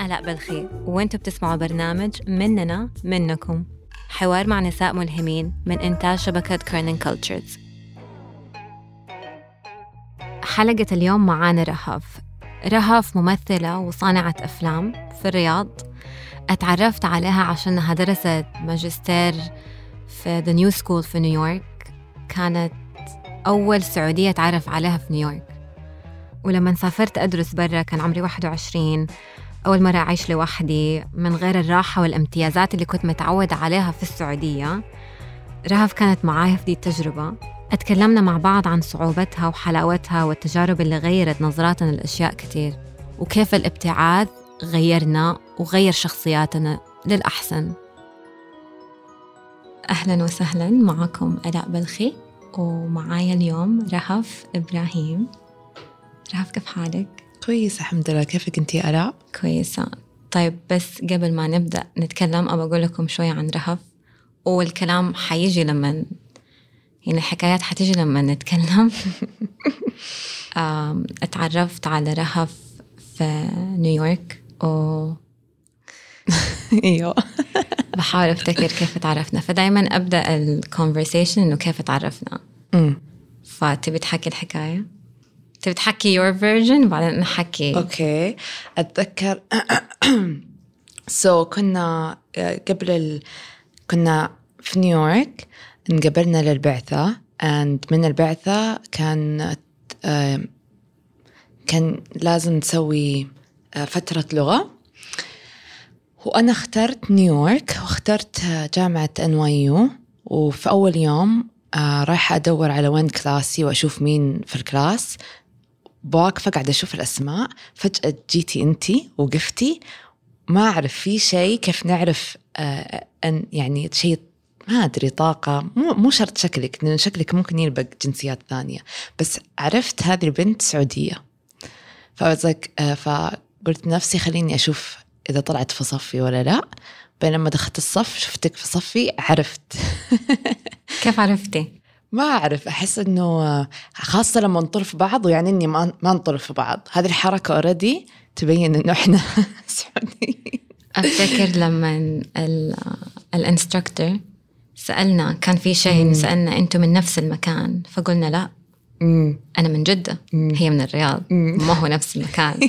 آلاء بلخي، وانتوا بتسمعوا برنامج مننا منكم، حوار مع نساء ملهمين من إنتاج شبكة كيرنين كولتشرز. حلقة اليوم معانا رهف ممثلة وصانعة أفلام في الرياض. اتعرفت عليها عشانها درست ماجستير في The New School في نيويورك. كانت أول سعودية أتعرف عليها في نيويورك. ولما سافرت أدرس برا كان عمري 21، أول مرة أعيش لوحدي من غير الراحة والامتيازات اللي كنت متعودة عليها في السعودية. رهف كانت معايا في دي التجربة. اتكلمنا مع بعض عن صعوبتها وحلاوتها والتجارب اللي غيرت نظراتنا للأشياء كتير، وكيف الابتعاث غيرنا وغير شخصياتنا للأحسن. أهلاً وسهلاً، معكم آلاء بلخي، ومعايا اليوم رهف إبراهيم. رهف، كيف حالك؟ كويسة الحمد لله، كيفك انتي آلاء؟ كويسة. طيب، بس قبل ما نبدأ نتكلم أبغى أقول لكم شوية عن رهف، والكلام حيجي لما الحكايات حتيجي لما نتكلم. اتعرفت على رهف في نيويورك ايوه. بحاول افتكر كيف تعرفنا، فدايما ابدا الكونفرسيشن انه كيف تعرفنا. فتبي تحكي الحكايه؟ تبي تحكي your version وبعدين نحكي؟ اوكي. اتذكر كنا كنا في نيويورك، انقبلنا للبعثه، من البعثه كان لازم نسوي فتره لغه، وأنا اخترت نيويورك واخترت جامعة NYU. وفي أول يوم رايحة أدور على وين كلاسي وأشوف مين في الكلاس، واقفة قاعدة أشوف الأسماء، فجأة جيتي أنتي وقفتي. ما أعرف في شيء كيف نعرف أن يعني شيء، ما أدري، طاقة، مو شرط شكلك، لأن شكلك ممكن يلبق جنسيات ثانية، بس عرفت هذه البنت سعودية. فقلت نفسي خليني أشوف إذا طلعت في صفي ولا لا. بينما دخلت الصف شفتك في صفي، عرفت. كيف عرفتي؟ ما أعرف، أحس إنه خاصة لما نطل في بعض، ويعني إني ما نطل في بعض، هذه الحركة أوريدي تبين إنه إحنا سعوديين. أفتكر لما الانستراكتور سألنا، كان في شيء سألنا أنتم من نفس المكان، فقلنا لا، أنا من جدة، هي من الرياض، ما هو نفس المكان.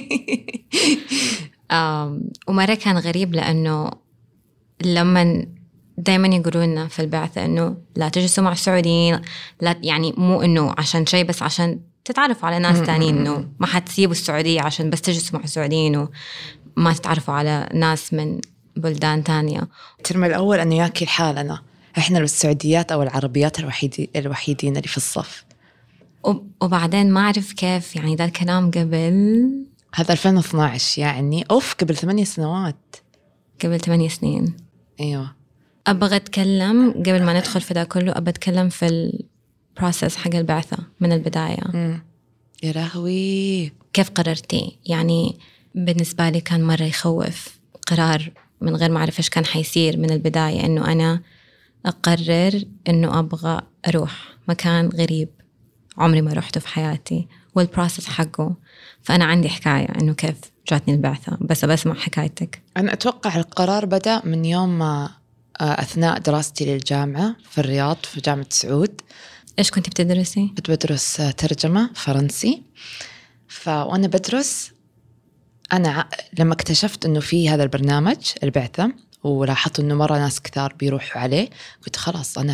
ومرة كان غريب، لأنه لما دايما يقولوا لنا في البعثة أنه لا تجلسوا مع السعوديين، لا، يعني مو أنه عشان شيء، بس عشان تتعرفوا على ناس تانيين، أنه ما حتسيبوا السعودية عشان بس تجلسوا مع السعوديين وما تتعرفوا على ناس من بلدان تانية. الترم الأول أنه ياكل حالنا، إحنا السعوديات أو العربيات الوحيدين اللي في الصف. وبعدين ما أعرف كيف، يعني ذا الكلام قبل، هذا 2012، يعني قبل 8 سنوات، قبل 8 سنين. أيوة. أبغى أتكلم قبل ما ندخل في ذا كله، أبغى أتكلم في البروسيس حق البعثة من البداية. يا لهوي، كيف قررتي؟ يعني بالنسبة لي كان مرة يخوف، قرار من غير ما أعرف إيش كان حيصير من البداية، إنه أنا أقرر إنه أبغى أروح مكان غريب عمري ما رحته في حياتي، والبروسيس حقه. فأنا عندي حكاية إنه كيف جاتني البعثة، بس بسمع حكايتك. أنا أتوقع القرار بدأ من يوم ما أثناء دراستي للجامعة في الرياض في جامعة سعود. إيش كنت بتدرسي؟ كنت بدرس ترجمة فرنسي. وأنا بدرس، أنا لما اكتشفت إنه في هذا البرنامج البعثة، ولاحظت إنه مرة ناس كثار بيروحوا عليه، قلت خلاص أنا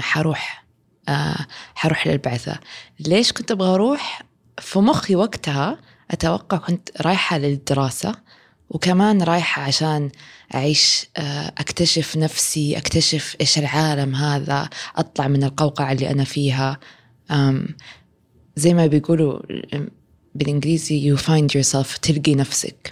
حروح للبعثة. ليش كنت أبغى أروح؟ في مخي وقتها أتوقع كنت رايحة للدراسة، وكمان رايحة عشان أعيش، أكتشف نفسي، أكتشف إيش العالم هذا، أطلع من القوقعة اللي أنا فيها. زي ما بيقولوا بالإنجليزي you find yourself، تلقي نفسك.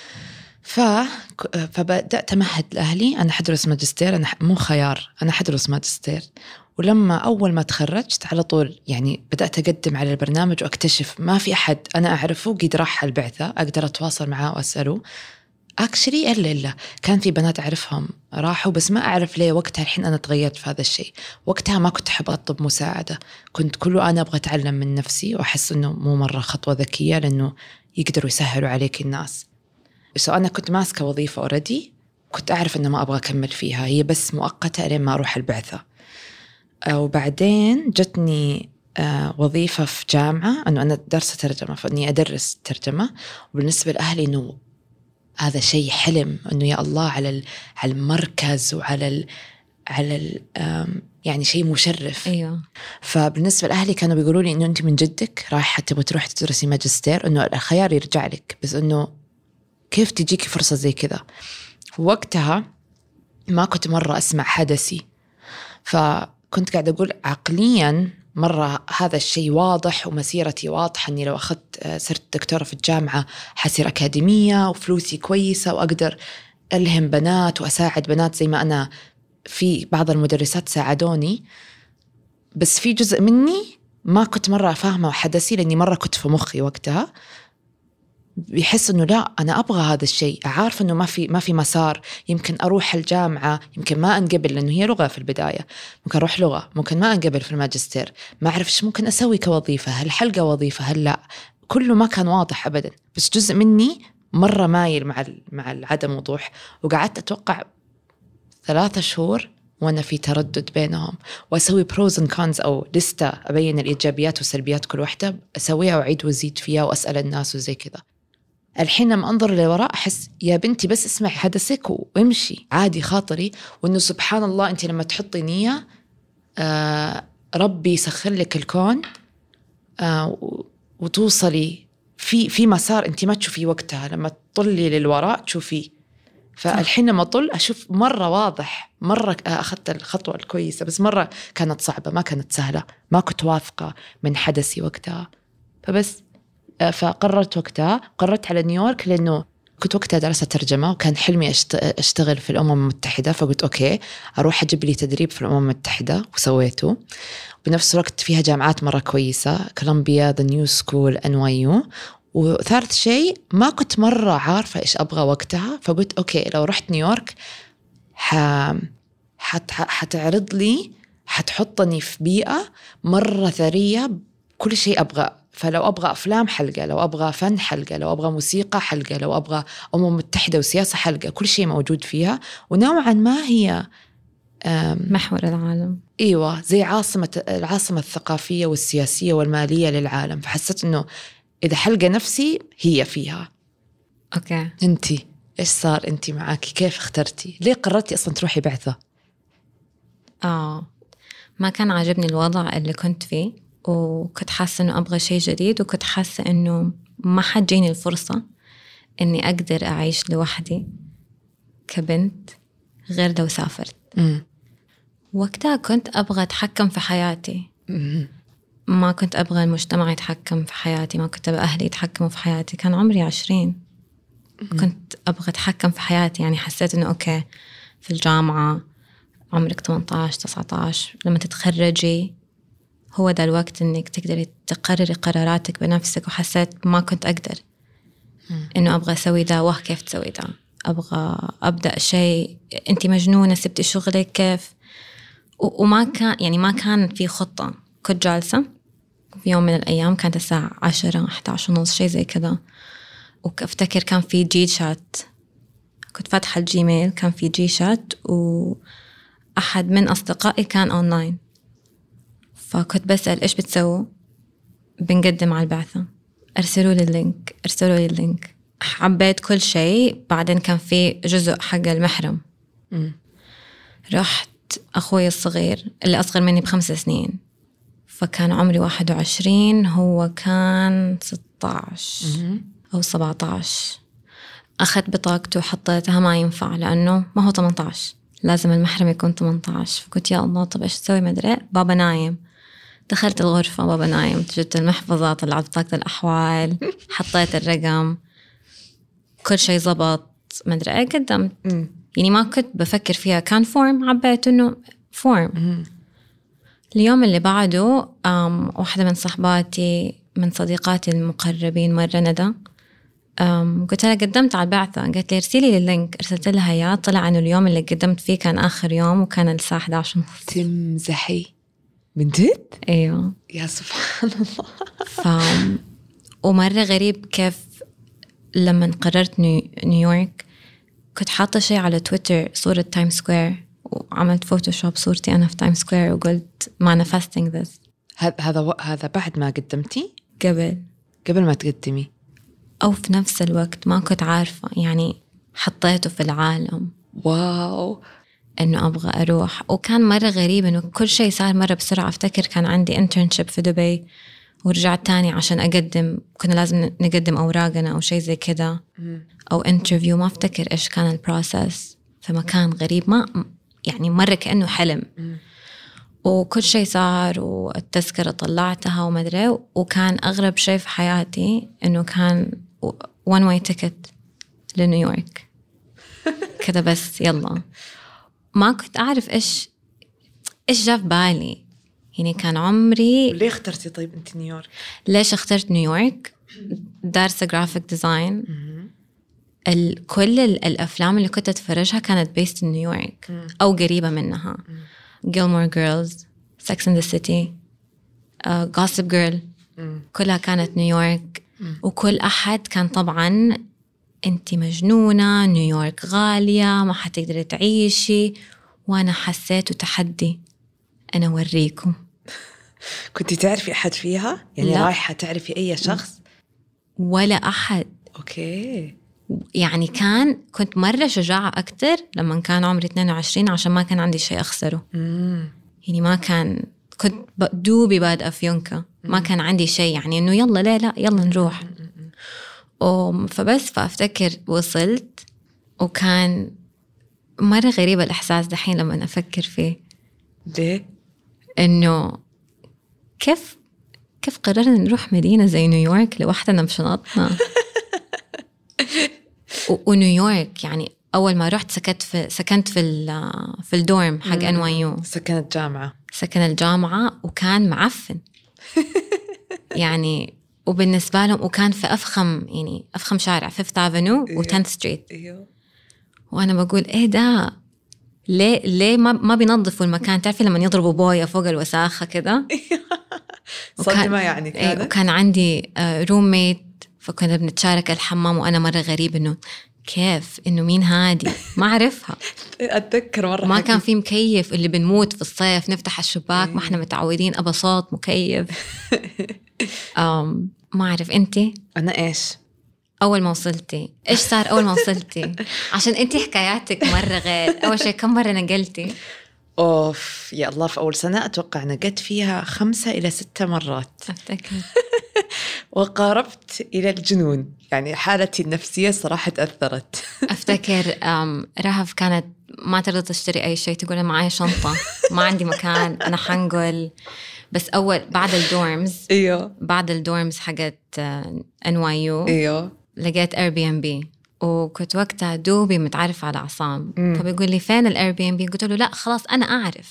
فبدأت أمهد لأهلي، أنا حدرس ماجستير، أنا مو خيار، أنا حدرس ماجستير. ولما أول ما تخرجت على طول يعني بدأت أقدم على البرنامج، وأكتشف ما في أحد أنا أعرفه قد راح البعثة أقدر أتواصل معاه وأسأله. أكشلي إلا كان في بنات أعرفهم راحوا، بس ما أعرف ليه وقتها. الحين أنا تغيرت في هذا الشيء. وقتها ما كنت أحب أطلب مساعدة، كنت كله أنا أبغى أتعلم من نفسي، وأحس أنه مو مرة خطوة ذكية، لأنه يقدروا يسهلوا عليك الناس. سو أنا كنت ماسكة وظيفة أوريدي، كنت أعرف أنه ما أبغى أكمل فيها، هي بس مؤقتة لين ما أروح البعثة. وبعدين جتني وظيفة في جامعة أنه أنا دارسة ترجمة، فأني أدرس ترجمة. وبالنسبة لأهلي أنه هذا شيء حلم، أنه يا الله على المركز وعلى يعني شيء مشرف. أيوة. فبالنسبة لأهلي كانوا بيقولوا لي إنه أنت من جدك رايحة تبغى تروح تدرسي ماجستير، إنه الخيار يرجع لك، بس إنه كيف تجيكي فرصة زي كذا. وقتها ما كنت مرة أسمع حدثي، فكنت قاعدة أقول عقليا مرة هذا الشيء واضح ومسيرتي واضحة، أني لو أخذت صرت دكتورة في الجامعة حصير أكاديمية وفلوسي كويسة وأقدر ألهم بنات وأساعد بنات زي ما أنا في بعض المدرسات ساعدوني. بس في جزء مني ما كنت مرة فاهمة حدثي، لأني مرة كنت في مخي وقتها بيحس إنه لا، أنا أبغى هذا الشيء، عارف إنه ما في مسار، يمكن أروح الجامعة يمكن ما أنقبل لأنه هي لغة في البداية، ممكن أروح لغة، ممكن ما أنقبل في الماجستير، ما أعرف إيش ممكن أسوي كوظيفة، هل حلقة وظيفة هل لا، كله ما كان واضح أبدا. بس جزء مني مرة مايل مع العدم وضوح، وقعدت أتوقع 3 شهور وأنا في تردد بينهم، وأسوي pros and cons أو لستة أبين الإيجابيات والسلبيات كل واحدة، أسويها وأعيد وأزيد فيها وأسأل الناس وزي كذا. الحين لما أنظر لوراء أحس يا بنتي بس اسمعي حدثك وامشي عادي خاطري، وإنه سبحان الله أنت لما تحطي نية ربي يسخر لك الكون وتوصلي في مسار أنت ما تشوفي وقتها، لما تطلي للوراء تشوفيه. فالحين لما أطل أشوف مرة واضح، مرة أخذت الخطوة الكويسة، بس مرة كانت صعبة، ما كانت سهلة، ما كنت واثقة من حدثي وقتها. فقررت وقتها على نيويورك، لأنه كنت وقتها درست ترجمة وكان حلمي أشتغل في الأمم المتحدة، فقلت أوكي أروح أجيب لي تدريب في الأمم المتحدة، وسويته. بنفس الوقت فيها جامعات مرة كويسة، كولومبيا، The New School، NYU. وثالث شيء ما كنت مرة عارفة إيش أبغى وقتها، فقلت أوكي لو رحت نيويورك حتعرض لي، حتحطني في بيئة مرة ثرية كل شيء أبغى. فلو أبغى أفلام حلقة، لو أبغى فن حلقة، لو أبغى موسيقى حلقة، لو أبغى أمم متحدة وسياسة حلقة، كل شيء موجود فيها. ونوعا ما هي محور العالم. أيوة، زي العاصمة الثقافية والسياسية والمالية للعالم. فحسيت إنه إذا حلقة نفسي هي فيها. أوكي، أنتي إيش صار أنتي معاكي؟ كيف اخترتي؟ ليه قررتي أصلا تروحي بعثة؟ ما كان عاجبني الوضع اللي كنت فيه، وكنت حاسة إنه أبغى شيء جديد، وكنت حاسة إنه ما حتجيني الفرصة إني أقدر أعيش لوحدي كبنت غير لو سافرت. وقتها كنت أبغى أتحكم في حياتي. ما كنت أبغى المجتمع يتحكم في حياتي، ما كنت أبغى أهلي يتحكموا في حياتي. كان عمري 20، كنت أبغى أتحكم في حياتي. يعني حسيت إنه أوكي في الجامعة عمرك 18-19 لما تتخرجي هو ده الوقت إنك تقدري تقرري قراراتك بنفسك. وحسيت ما كنت أقدر إنه أبغى أسوي ده، كيف تسوي ده؟ أبغى أبدأ شيء، أنتي مجنونة سبتي شغلك كيف؟ وما كان يعني ما كان في خطة. كنت جالسة في يوم من الأيام، كانت الساعة 10-11:30 شيء زي كذا، وأفتكر كان في جي شات، كنت فاتحة الجيميل، كان في جي شات، وأحد من أصدقائي كان أونلاين، فكنت بسأل إيش بتسووا؟ بنقدم على البعثة، أرسلوا لي اللينك. حبيت كل شيء. بعدين كان في جزء حق المحرم. رحت أخوي الصغير اللي أصغر مني ب5 سنين، فكان عمري 21، هو كان 16 أو 17. أخذت بطاقته وحطيتها، ما ينفع لأنه ما هو 18، لازم المحرم يكون 18. فقلت يا الله طب إيش أسوي؟ مدري. بابا نايم، دخلت الغرفة بابا نايم، جبت المحفظة، طلعت بطاقة الأحوال، حطيت الرقم، كل شيء زبط، مدري إيه، قدمت. يعني ما كنت بفكر فيها، كان فورم، عبيت إنه فورم. اليوم اللي بعده واحدة من صحباتي من صديقاتي المقربين مرة ندى، قلت لها قدمت على البعثة، قالت لي ارسلي لي اللينك. ارسلت لها اياه، طلع انه اليوم اللي قدمت فيه كان اخر يوم، وكان الساعة 11:30. تمزحي؟ من جد؟ ايوه يا سبحان الله. ومرة غريب كيف لما قررت نيويورك كنت حاطة شيء على تويتر، صورة تايم سكوير، وعملت فوتوشوب صورتي أنا في تايم سكوير وقلت manifesting this. هذا بعد ما قدمتي؟ قبل ما تقدمي، أو في نفس الوقت ما كنت عارفة، يعني حطيته في العالم. واو، إنه أبغى أروح. وكان مرة غريب إنه كل شيء صار مرة بسرعة. أفتكر كان عندي internship في دبي ورجعت تاني عشان أقدم، كنا لازم نقدم أوراقنا أو شيء زي كده أو interview، ما أفتكر إيش كان البروسس، في مكان غريب، ما يعني مرة كأنه حلم. وكل شيء صار والتذكرة طلعتها وما أدري. وكان أغرب شيء في حياتي إنه كان one way ticket لنيويورك كده، بس يلا ما كنت أعرف إيش جاء في بالي. يعني كان عمري. ليه اخترتي طيب أنت نيويورك؟ ليش اخترت نيويورك؟ دارسة جرافيك ديزاين. كل الأفلام اللي كنت أتفرجها كانت based in نيويورك أو قريبة منها. Gilmore Girls, Sex and the City, Gossip Girl، كلها كانت نيويورك. وكل أحد كان طبعاً أنت مجنونة، نيويورك غالية، ما حتقدري تعيشي. وأنا حسيت تحدي، أنا أوريكم. كنت تعرفي أحد فيها؟ يعني لا. رايحة تعرفي أي شخص؟ ولا أحد. أوكي. يعني كنت مرة شجاعة أكتر لما كان عمري 22 عشان ما كان عندي شيء أخسره. يعني ما كنت دوبي بادئة في يونكا، ما كان عندي شيء يعني إنه يلا لا يلا نروح. فأفتكر وصلت وكان مرة غريبة الإحساس دحين لما أفكر فيه. ليه؟ إنه كيف قررنا نروح مدينة زي نيويورك لوحدنا بشنطنا ونيويورك يعني أول ما رحت سكنت في الدورم حق NYU. سكن الجامعة وكان معفن يعني. وبالنسبة لهم وكان في أفخم شارع 5th Avenue و 10th Street. وأنا بقول إيه ده، ليه ما بينظفوا المكان؟ تعرفي لما يضربوا بوية فوق الوساخة كده. صدمة يعني كانت. وكان عندي روميت، فكنا بنتشارك الحمام. وأنا مرة غريب إنه كيف إنه مين هادي ما أعرفها. أتذكر مرة ما كان في مكيف، اللي بنموت في الصيف نفتح الشباك، ما إحنا متعودين أبى صوت مكيف. ما أعرف أنتي. أنا إيش أول ما وصلتي إيش صار؟ أول ما وصلتي عشان أنتي حكاياتك مرة غير. أول شيء كم مرة نقلتي؟ أوف يا الله، في أول سنة أتوقع نقلت فيها 5 إلى 6 مرات أفتكر. وقاربت إلى الجنون، يعني حالتي النفسية صراحة تأثرت. أفتكر رهف كانت ما ترضى تشتري أي شيء، تقول معايا شنطة، ما عندي مكان، أنا حنقل. بس بعد الدورمز بعد الدورمز حقت NYU لقيت Airbnb، وكنت وقتها دوبي متعرف على عصام. فبيقول لي فين Airbnb؟ قلت له لا خلاص أنا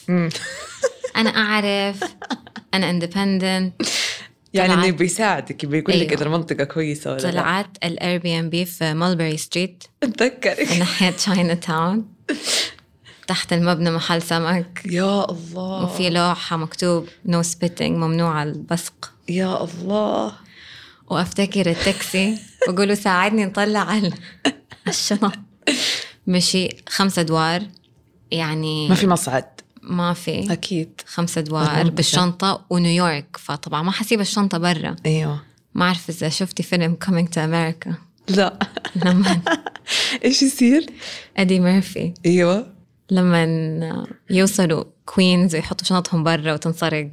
أعرف أنا independent. يعني إنه بيساعدك، بيقول لك إذا المنطقة كويسة ولا لا. طلعت Airbnb في مالبري ستريت، أتذكر في ناحية تشاينا تاون، تحت المبنى محل سمك. يا الله. وفي لوحة مكتوب no spitting، ممنوع البصق. يا الله. وأفتكر التاكسي وقوله ساعدني نطلع الشنط. مشي 5 أدوار، يعني ما في مصعد، ما في أكيد 5 أدوار بالشنطة. ونيويورك، فطبعا ما حسيب الشنطة برا. ما أعرف إذا شفتي فيلم Coming to America. لا. لما إيش يصير؟ أدي ميرفي. لما يوصلوا كوينز ويحطوا شنطهم برا وتنسرق.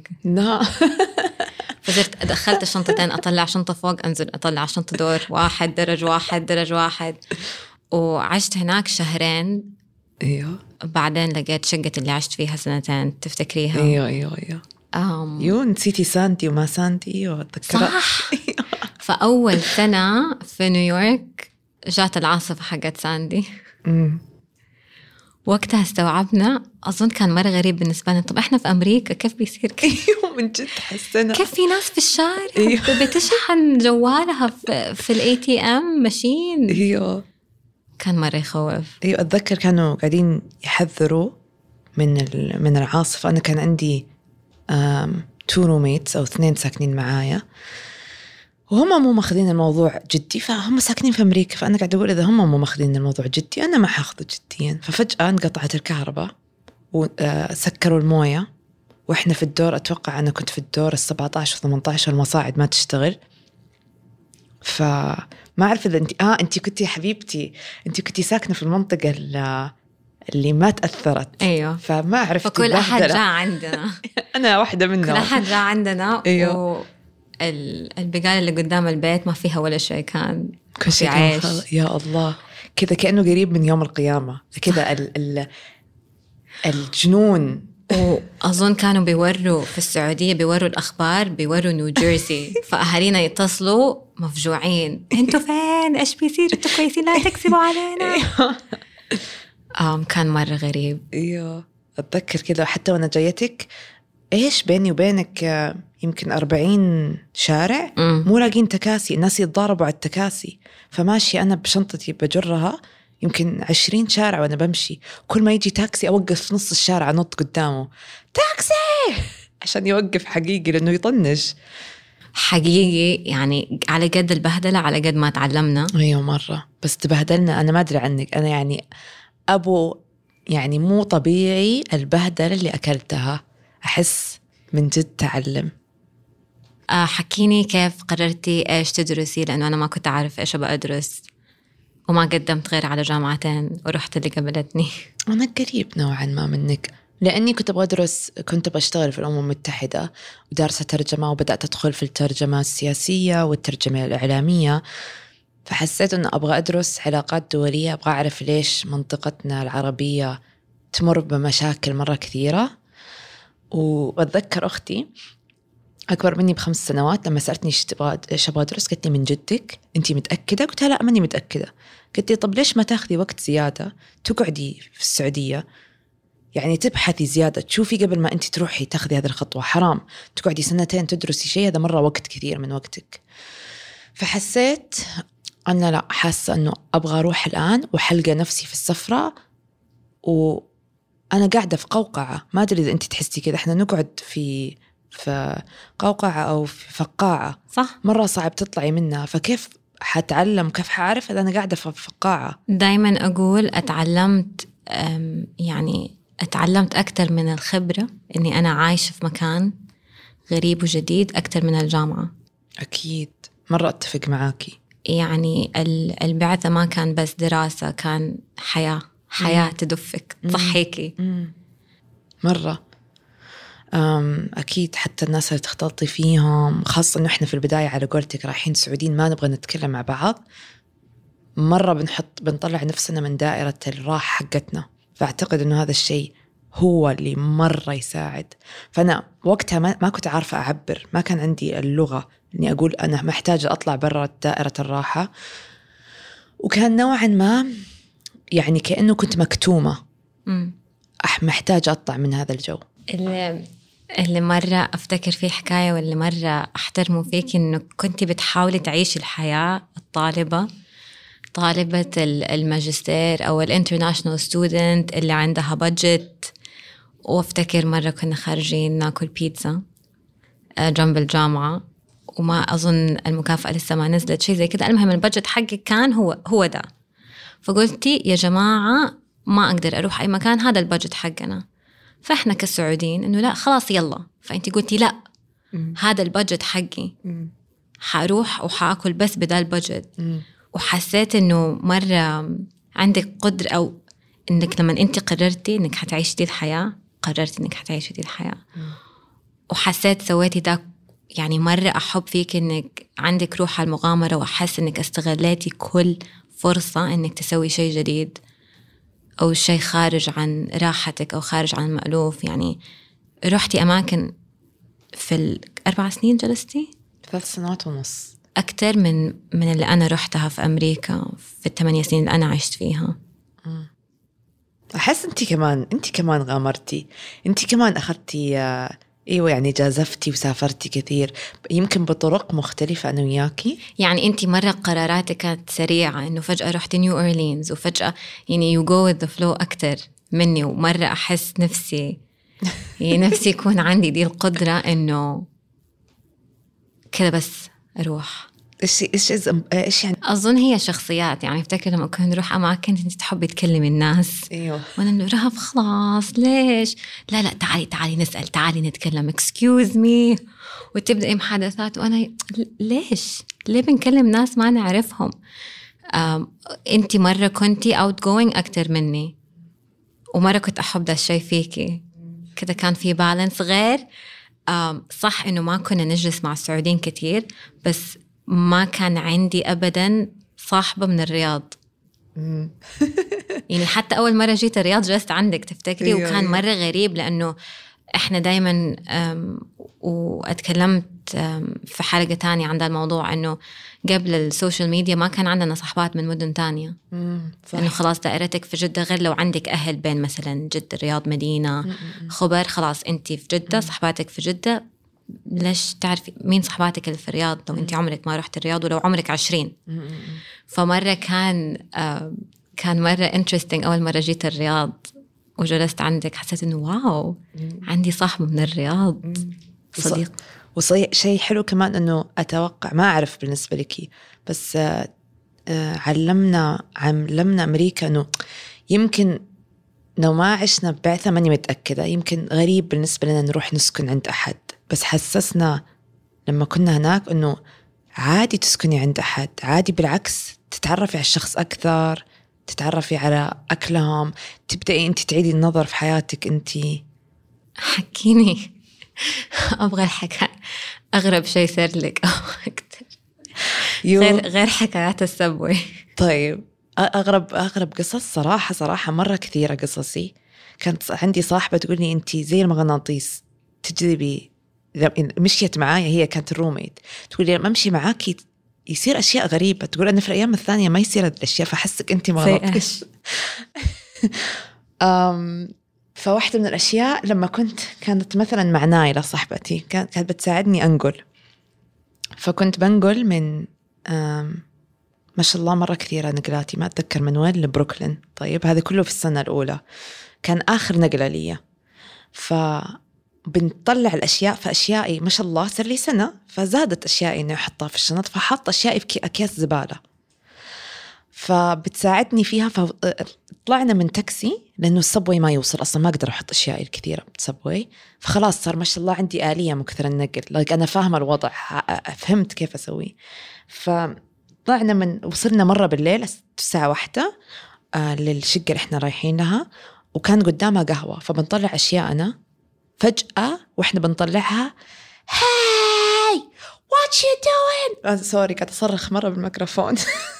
فزرت دخلت الشنطتين، أطلع شنطة فوق، أنزل أطلع شنطة دور واحد، درج واحد. وعشت هناك 2 شهر. بعدين لقيت شقة اللي عشت فيها 2 سنين، تفتكريها؟ ايوه نسيتي ساندي وما ساندي واتذكرها. صح. فأول سنة في نيويورك جات العاصفة حقت ساندي. وقتها استوعبنا، أظن كان مرة غريب بالنسبة لنا، طب إحنا في أمريكا كيف بيصير كده؟ من جد حسنا كيف في ناس في الشارع بتشحن جوالها في الATM ماشين. كان مرة يخوف. أتذكر كانوا قاعدين يحذروا من العاصفة. أنا كان عندي 2 روميتس أو 2 ساكنين معايا، وهم مو ماخذين الموضوع جدي، فهم ساكنين في أمريكا، فأنا قاعدة أقول إذا هم مو ماخذين الموضوع جدي أنا ما حاخذه جديا. ففجأة انقطعت الكهرباء وسكروا الموية، وإحنا في الدور، أتوقع أنا كنت في الدور 17 و18 والمصاعد ما تشتغل. فما أعرف إذا أنت كنتي حبيبتي، أنت كنتي ساكنة في المنطقة اللي ما تأثرت. أيوة. فما عرفت، فكل أحد جاء عندنا أنا واحدة منهم. كل أحد جاء عندنا. أيوة. البقالة اللي قدام البيت ما فيها ولا شيء، كان كل شيء عيش. يا الله، كذا كأنه قريب من يوم القيامة كذا. الجنون. وأظن كانوا بيوروا في السعودية، بيوروا الأخبار، بيوروا نيوجيرسي، فأهالينا يتصلوا مفجوعين، أنتوا فين؟ إيش بيصير؟ أنتوا كويسين؟ لا تكسبوا علينا. كان مرة غريب. ايوه اتذكر كذا، حتى وانا جايتك ايش بيني وبينك يمكن 40 شارع مو لاقين تكاسي، الناس يتضاربوا على التكاسي. فماشي انا بشنطتي بجرها يمكن 20 شارع وانا بمشي، كل ما يجي تاكسي اوقف في نص الشارع انط قدامه تاكسي عشان يوقف حقيقي، لانه يطنش حقيقي. يعني على قد البهدلة على قد ما تعلمنا. ايوه مرة، بس تبهدلنا. انا ما ادري عنك، انا يعني يعني مو طبيعي البهدلة اللي أكلتها، أحس من جد تعلم. حكيني كيف قررتي إيش تدرسي، لأنه أنا ما كنت أعرف إيش أبغى أدرس، وما قدمت غير على جامعتين ورحت اللي قبلتني. أنا قريب نوعا ما منك، لأني كنت أبغى أدرس، كنت بشتغل في الأمم المتحدة ودارسة ترجمة، وبدأت أدخل في الترجمة السياسية والترجمة الإعلامية. فحسيت أنه أبغى أدرس علاقات دولية، أبغى أعرف ليش منطقتنا العربية تمر بمشاكل مرة كثيرة. وأتذكر أختي أكبر مني ب5 سنوات لما سألتني إيش أبغى أدرس، قلت لي من جدك أنتي متأكدة؟ قلت لها لا ماني متأكدة. قلت لي طب ليش ما تاخذي وقت زيادة تقعدي في السعودية، يعني تبحثي زيادة، تشوفي قبل ما أنتي تروحي تاخذي هذه الخطوة. حرام تقعدي 2 تدرسي شيء، هذا مرة وقت كثير من وقتك. فحسيت أنا لا، حاسة أنه أبغى أروح الآن وحلقة نفسي في السفرة، وأنا قاعدة في قوقعة. ما أدري إذا أنت تحسي كذا، إحنا نقعد في قوقعة أو في فقاعة، صح؟ مرة صعب تطلعي منها. فكيف حتعلم، كيف حعرف إذا أنا قاعدة في فقاعة؟ دايما أقول يعني أتعلمت أكتر من الخبرة، إني أنا عايشة في مكان غريب وجديد أكتر من الجامعة. أكيد مرة أتفق معاكي. يعني البعثة ما كان بس دراسة، كان حياة تدفك تصحيكي مرة. أكيد حتى الناس اللي تختلطي فيهم، خاصة إنه إحنا في البداية على قولتك رايحين سعوديين ما نبغى نتكلم مع بعض، مرة بنطلع نفسنا من دائرة الراحة حقتنا. فأعتقد إنه هذا الشيء هو اللي مرة يساعد. فأنا وقتها ما كنت عارفة أعبر، ما كان عندي اللغة إني أقول أنا محتاجة أطلع برا دائرة الراحة، وكان نوعا ما يعني كأنه كنت مكتومة، محتاجة أطلع من هذا الجو. اللي مرة أفتكر فيه حكاية، واللي مرة أحترمه فيك إنه كنتي بتحاولي تعيشي الحياة طالبة الماجستير أو الانترناشنال ستودنت اللي عندها بادجت. وافتكر مرة كنا خارجين ناكل بيتزا جنب الجامعة، وما أظن المكافأة لسه ما نزلت، شيء زي كده. المهم البادجت حقك كان هو ده. فقلتي يا جماعة ما أقدر أروح أي مكان، هذا البادجت حقنا. فإحنا كالسعوديين إنه لا خلاص يلا. فأنتي قلتي لا، هذا البادجت حقي، حأروح وحأكل بس بدال البادجت. وحسيت إنه مرة عندك قدر، أو إنك لما أنت قررتي إنك حتعيشي دي الحياة، قررتي إنك حتعيشي دي الحياة. وحسيت سويتي ده. يعني مرة أحب فيك إنك عندك روح المغامرة، وأحس إنك استغليتي كل فرصة إنك تسوي شيء جديد أو شيء خارج عن راحتك أو خارج عن المألوف. يعني رحتي أماكن في 4 سنين جلستي 3 سنوات ونص، أكتر من اللي أنا رحتها في أمريكا في 8 سنين اللي أنا عشت فيها. أحس أنت كمان غامرتي، أنت كمان أخذتي أيوة، يعني جازفتي وسافرتي كثير، يمكن بطرق مختلفة أنا وياكي. يعني أنت مرة قراراتك كانت سريعة، إنه فجأة رحت نيو أورلينز، وفجأة يعني you go with the flow أكتر مني. ومرة أحس نفسي يكون عندي دي القدرة إنه كده بس أروح. إيش يعني؟ أظن هي شخصيات، يعني افتكر لما كنا نروح أماكن أنت تحبي تكلمي الناس. أيوه. وأنا إنه رهف خلاص ليش؟ لا تعالي نسأل، تعالي نتكلم excuse me، وتبدأ محادثات وأنا ليش؟ ليه بنكلم ناس ما نعرفهم؟ أنت مرة كنتي outgoing أكتر مني، ومرة كنت أحب ده الشيء فيكي كده، كان في بالانس. غير صح إنه ما كنا نجلس مع السعوديين كتير، بس ما كان عندي أبداً صاحبة من الرياض. يعني حتى أول مرة جيت الرياض جلست عندك تفتكري، وكان مرة غريب لأنه إحنا دايماً وأتكلمت في حلقة تانية عن الموضوع إنه قبل السوشيال ميديا ما كان عندنا صحبات من مدن تانية. إنه خلاص دائرتك في جدة، غير لو عندك أهل بين مثلا جدة الرياض مدينة خبر، خلاص أنت في جدة صحباتك في جدة، ليش تعرفي مين صحباتك اللي في الرياض لو أنت عمرك ما رحت الرياض ولو عمرك 20. فمرة كان مرة interesting أول مرة جيت الرياض وجلست عندك، حسيت إنه واو عندي صاحبة من الرياض، صديق. شيء حلو كمان إنه أتوقع، ما أعرف بالنسبة لك، بس علمنا أمريكا إنه يمكن لو ما عشنا ببعثة ماني متأكدة، يمكن غريب بالنسبة لنا نروح نسكن عند أحد، بس حسسنا لما كنا هناك إنه عادي تسكني عند أحد، عادي بالعكس تتعرفي على الشخص أكثر، تتعرفي على أكلهم، تبدأي أنت تعيدي النظر في حياتك. أنت حكيني أبغى الحكاية، أغرب شيء صار لك أو أكتر غير حكايات السبوي. طيب أغرب قصص صراحة مرة كثيرة قصصي. كانت عندي صاحبة تقولي أنت زي المغناطيس تجذبي، مشيت معايا، هي كانت الروميت، تقولي لما أمشي معاكي يصير أشياء غريبة، تقول أنا في الأيام الثانية ما يصير هذه الأشياء، فحسك أنت مغناطيس. فواحدة من الأشياء لما كانت مثلا مع نايلة صاحبتي، كانت بتساعدني أنقل، فكنت بنقل من ما شاء الله مرة كثيرة نقلاتي، ما أتذكر من وين، لبروكلين. طيب هذا كله في السنة الأولى، كان آخر نقلة لي، بنطلع الأشياء، فأشيائي ما شاء الله صار لي سنة، فزادت أشيائي إني أحطها في الشنط، فحط أشيائي في أكياس زبالة، فبتساعدني فيها. فطلعنا من تاكسي لأنه السبوي ما يوصل أصلا، ما أقدر أحط أشيائي الكثيرة بالسبوي، فخلاص صار ما شاء الله عندي آلية مكثر النقل، أنا فاهمة الوضع، فهمت كيف أسوي. فطلعنا وصلنا مرة بالليل الساعة 1 للشقة اللي إحنا رايحين لها، وكان قدامها قهوة، فبنطلع أشياءنا فجأة وإحنا بنطلعها، هاي what you doing؟ سوري قاعد أصرخ مرة بالميكروفون.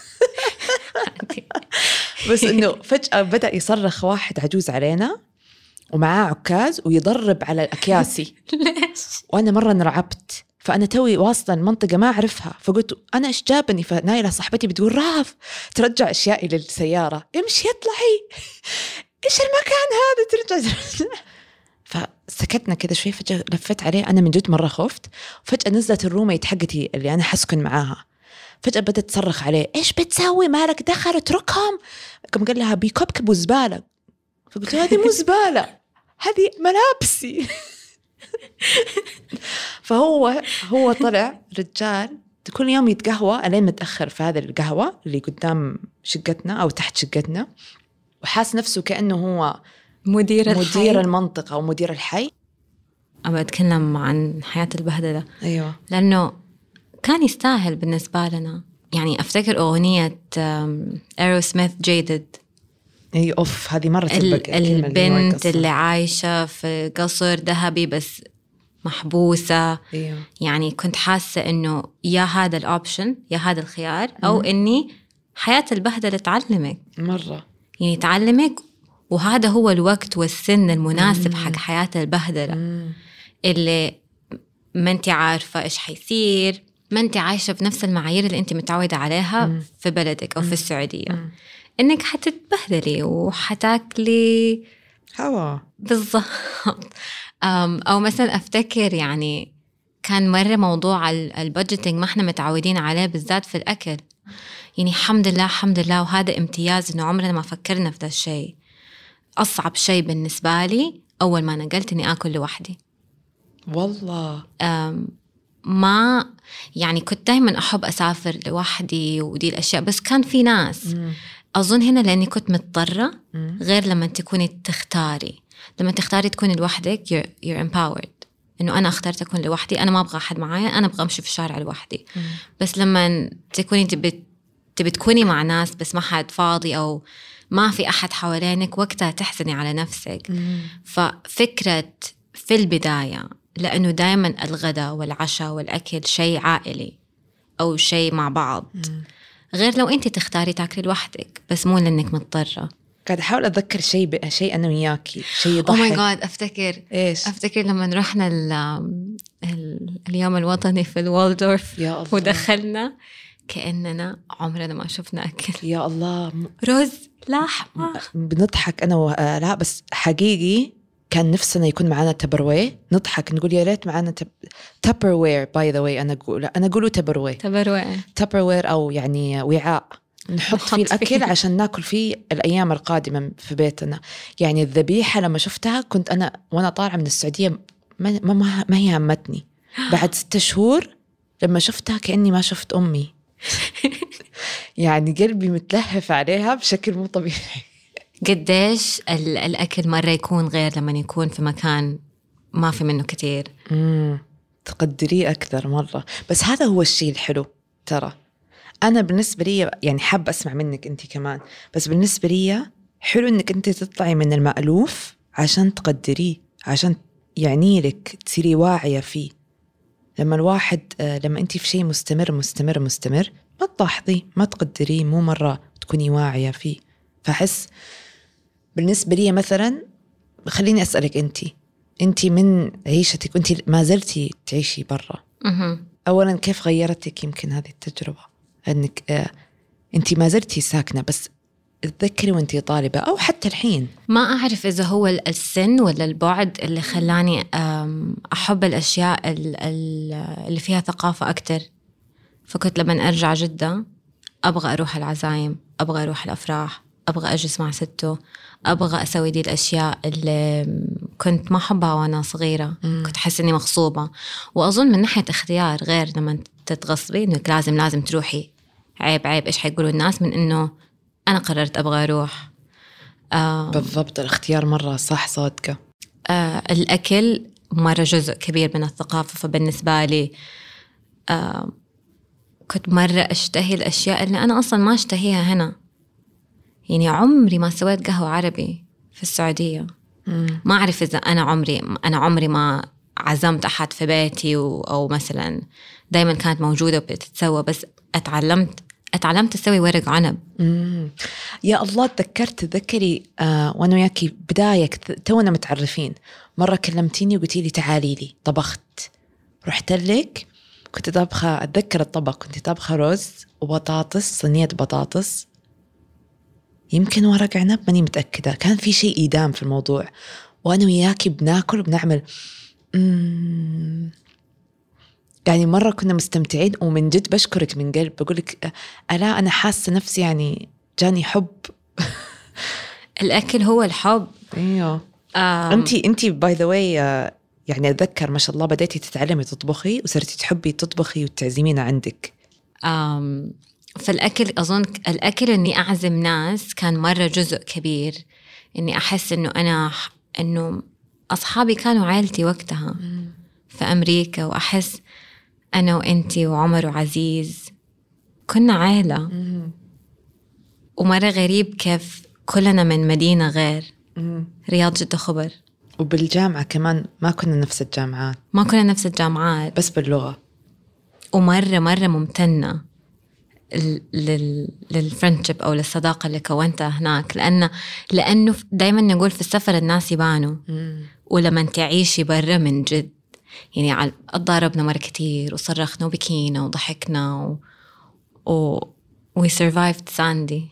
بس إنه فجأة بدأ يصرخ واحد عجوز علينا ومعاه عكاز ويضرب على أكياسي. ليش؟ وأنا مرة انرعبت، فأنا توي واصلا المنطقة ما أعرفها، فقلت أنا إيش جابني؟ فنايلة صاحبتي بتقول راف ترجع أشيائي للسيارة، امشي اطلعي، إيش المكان هذا، ترجع. فسكتنا كذا شوي، فجأة لفت عليه، أنا من جد مرة خفت. فجأة نزلت الروميت حقتي اللي أنا حسكن معاها، فجأة بدأت تصرخ عليه، إيش بتسوي، مالك دخل، اتركهم. قال لها بيكبكبوا زبالة، فقلت هذه مو زبالة، هذه ملابسي. فهو طلع رجال كل يوم يتقهوى ألين متأخر في هذا القهوة اللي قدام شقتنا أو تحت شقتنا، وحاس نفسه كأنه هو مدير المنطقة أو مدير الحي. أبغى أتكلم عن حياة البهدلة. أيوة. لأنه كان يستاهل بالنسبة لنا. يعني أفتكر أغنية أيروسميث جيدد. أي أوف، هذه مرة البنت اللي عايشة في قصر ذهبي بس محبوسة. أيوة. يعني كنت حاسة إنه يا هذا الأوبشن، يا هذا الخيار، أو إني حياة البهدلة تعلمك مرة، يعني تعلمك، وهذا هو الوقت والسن المناسب حق حياة البهدلة اللي ما انت عارفة إيش حيصير، ما انت عايشة بنفس المعايير اللي انت متعودة عليها في بلدك أو في السعودية. إنك حتتبهدلي وحتاكلي هوا بالضبط. أو مثلا أفتكر يعني كان مرة موضوع البادجيتنج ما احنا متعودين عليه بالذات في الأكل. يعني الحمد لله وهذا امتياز إنه عمرنا ما فكرنا في ذا الشيء. أصعب شيء بالنسبة لي أول ما نقلت إني آكل لوحدي. والله ما يعني كنت دايما أحب أسافر لوحدي ودي الأشياء، بس كان في ناس. أظن هنا لأني كنت مضطرة، غير لما تكوني تختاري. لما تختاري تكوني لوحدك you're empowered. إنه أنا اخترت أكون لوحدي، أنا ما أبغى أحد معايا، أنا أبغى أمشي في الشارع لوحدي. بس لما تكوني تبي تكوني مع ناس بس ما حد فاضي أو ما في أحد حوالينك، وقتها تحزني على نفسك. ففكرة في البداية، لأنه دائما الغداء والعشاء والأكل شيء عائلي أو شيء مع بعض، غير لو أنت تختاري تاكلي لوحدك، بس مو لأنك مضطرة. قاعد أحاول أتذكر شيء أنا وياكي، شيء يضحك. Oh my God، أفتكر لما رحنا اليوم الوطني في الوالدورف ودخلنا كأننا عمرنا ما شفنا أكل. يا الله، رز لحمة. بنضحك أنا لا بس حقيقي كان نفسنا يكون معنا تبروي، نضحك نقول يا ريت معنا تبروير. باي ذا واي أنا أقوله تبروير أو يعني وعاء نحط فيه الأكل عشان ناكل فيه الأيام القادمة في بيتنا. يعني الذبيحة لما شفتها كنت أنا وأنا طالعة من السعودية ما هي همتني. بعد 6 شهور لما شفتها كأني ما شفت أمي. يعني قلبي متلهف عليها بشكل مو طبيعي. قديش الأكل مرة يكون غير لما يكون في مكان ما في منه كتير. تقدريه أكثر مرة. بس هذا هو الشيء الحلو ترى. أنا بالنسبة لي يعني حاب أسمع منك أنت كمان، بس بالنسبة لي حلو أنك أنت تطلعي من المألوف عشان تقدريه، عشان يعني لك تصيري واعية فيه. لما الواحد لما أنت في شيء مستمر ما تلاحظيه، ما تقدريه، مو مرة تكوني واعية فيه. فحس بالنسبة لي مثلا، خليني أسألك أنت من عيشتك وأنت ما زلتي تعيشي برا، أولا كيف غيرتك يمكن هذه التجربة أنك أنت ما زلتي ساكنة، بس تذكري وأنت طالبة أو حتى الحين؟ ما أعرف إذا هو السن ولا البعد اللي خلاني أحب الأشياء اللي فيها ثقافة أكتر. فكنت لما أرجع جدة أبغى أروح العزايم، أبغى أروح الأفراح، أبغى أجلس مع سته، أبغى أسوي دي الأشياء اللي كنت ما أحبها وأنا صغيرة. كنت أحس إني مغصوبة. وأظن من ناحية اختيار، غير لما تتغصبي إنك لازم تروحي، عيب إيش حيقولوا الناس، من إنه أنا قررت أبغى أروح. بالضبط، الاختيار مرة صح، صادقة. الأكل مرة جزء كبير من الثقافة. فبالنسبة لي كنت مرة أشتهي الأشياء اللي أنا أصلا ما أشتهيها هنا. يعني عمري ما سويت قهوة عربي في السعودية. ما أعرف إذا أنا عمري ما عزمت أحد في بيتي أو مثلا دايما كانت موجودة وبتتسوى، بس أتعلمت أسوي ورق عنب. يا الله، تذكري وأنا وياكي بداية تونا متعرفين، مرة كلمتيني وقلتي لي تعالي لي، طبخت، رحت لك، كنت طابخة، أتذكر الطبخ، كنت طابخة رز وبطاطس، صينية بطاطس، يمكن ورق عنب، ماني متأكدة، كان في شيء إيدام في الموضوع، وأنا وياكي بناكل وبنعمل يعني مرة كنا مستمتعين. ومن جد بشكرك من قلب، بقولك ألا أنا حاسة نفسي يعني جاني حب. الأكل هو الحب. أيوه. أنتي باي ذا واي يعني أتذكر ما شاء الله بدأتي تتعلمي تطبخي وصرتي تحبي تطبخي وتعزمينا عندك. فالأكل أظن الأكل إني أعزم ناس كان مرة جزء كبير. إني أحس إنه أصحابي كانوا عائلتي وقتها في أمريكا، وأحس أنا وإنتي وعمر وعزيز كنا عائلة. ومرة غريب كيف كلنا من مدينة غير، رياض، جدة، خبر. وبالجامعة كمان ما كنا نفس الجامعات، بس باللغة. ومرة ممتنة للفرنشيب أو للصداقة اللي كونتها هناك، لأنه دايما نقول في السفر الناس يبانوا، ولما تعيشي برا من جد يعني ضربنا مرة كتير وصرخنا وبكينا وضحكنا we survived ساندي.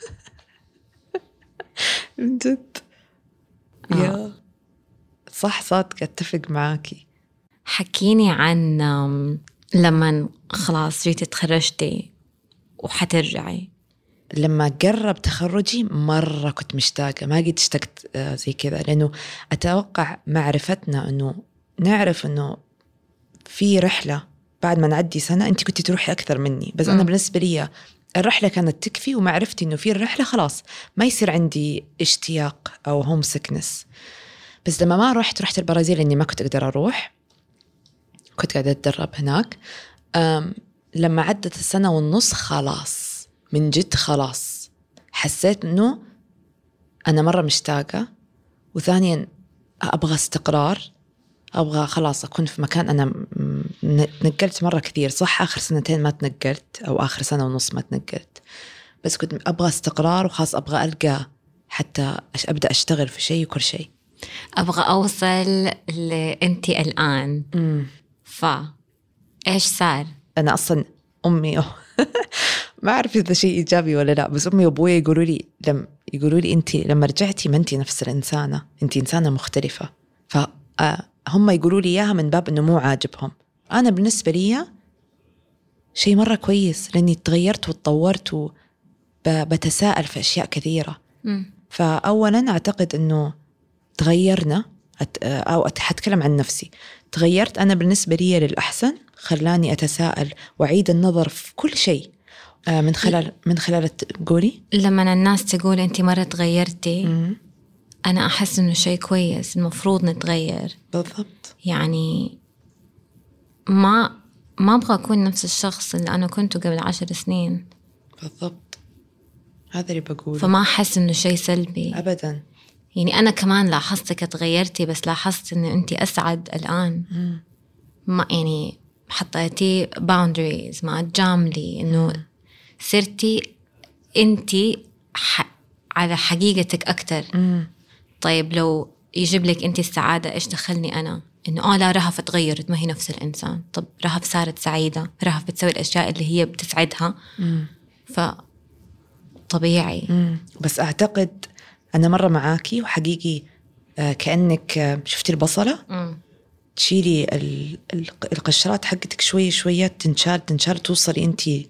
من جد. يا صح، صادقة، أتفق معاكي. حكيني عن لما خلاص جيتي تخرجتي وحترجعي. لما قرب تخرجي مرة كنت مشتاقة، ما قد اشتقت زي كذا، لأنه أتوقع معرفتنا أنه نعرف أنه في رحلة بعد ما نعدي سنة أنت كنت تروحي أكثر مني، بس أنا بالنسبة لي الرحلة كانت تكفي، ومعرفتي إنه في الرحلة خلاص ما يصير عندي اشتياق أو هوم سيكنس. بس لما ما رحت البرازيل إني ما كنت أقدر أروح، كنت قاعدة أتدرب هناك. لما عدت 1.5 سنة خلاص من جد خلاص حسيت إنه أنا مرة مشتاقة، وثانيا أبغى استقرار، أبغى خلاص أكون في مكان. أنا نقلت مرة كثير، صح آخر 2 سنين ما تنقلت، أو آخر 1.5 سنة ما تنقلت، بس كنت أبغى استقرار، وخاص أبغى ألقى حتى أبدأ أشتغل في شيء وكل شيء. أبغى أوصل لأنتي الآن. إيش صار؟ أنا أصلا أمي ما أعرف إذا شيء إيجابي ولا لا، بس أمي وأبوي يقولوا لي أنتي لما رجعتي ما أنتي نفس الإنسانة، أنتي إنسانة مختلفة. فهم يقولوا لي إياها من باب إنه مو عاجبهم. أنا بالنسبة لي شيء مرة كويس، لأني تغيرت وتطورت وبتساءل في أشياء كثيرة. فأولا أعتقد إنه تغيرنا، أو أتكلم عن نفسي، تغيرت أنا بالنسبة لي للأحسن، خلاني أتساءل وأعيد النظر في كل شيء من خلال تقولي لما الناس تقول أنت مرة تغيرتي، أنا أحس إنه شيء كويس، المفروض نتغير. بالضبط. يعني ما أبغى أكون نفس الشخص اللي أنا كنته قبل 10 سنين. بالضبط، هذا اللي بقوله. فما أحس إنه شيء سلبي أبدا. يعني أنا كمان لاحظتك تغيرتي، بس لاحظت إنه أنت أسعد الآن. ما يعني حطيتي boundaries، ما تجاملي، إنه صرتي أنت على حقيقتك أكتر. طيب لو يجيب لك أنت السعادة، إيش دخلني أنا؟ إنه لا، رهف تغيرت، ما هي نفس الإنسان. طب رهف صارت سعيدة، رهف بتسوي الأشياء اللي هي بتسعدها، فطبيعي. بس أعتقد أنا مرة معاكي، وحقيقي كأنك شفتي البصلة، تشيلي القشرات حقتك شوية شوية، تنشال توصلي أنتي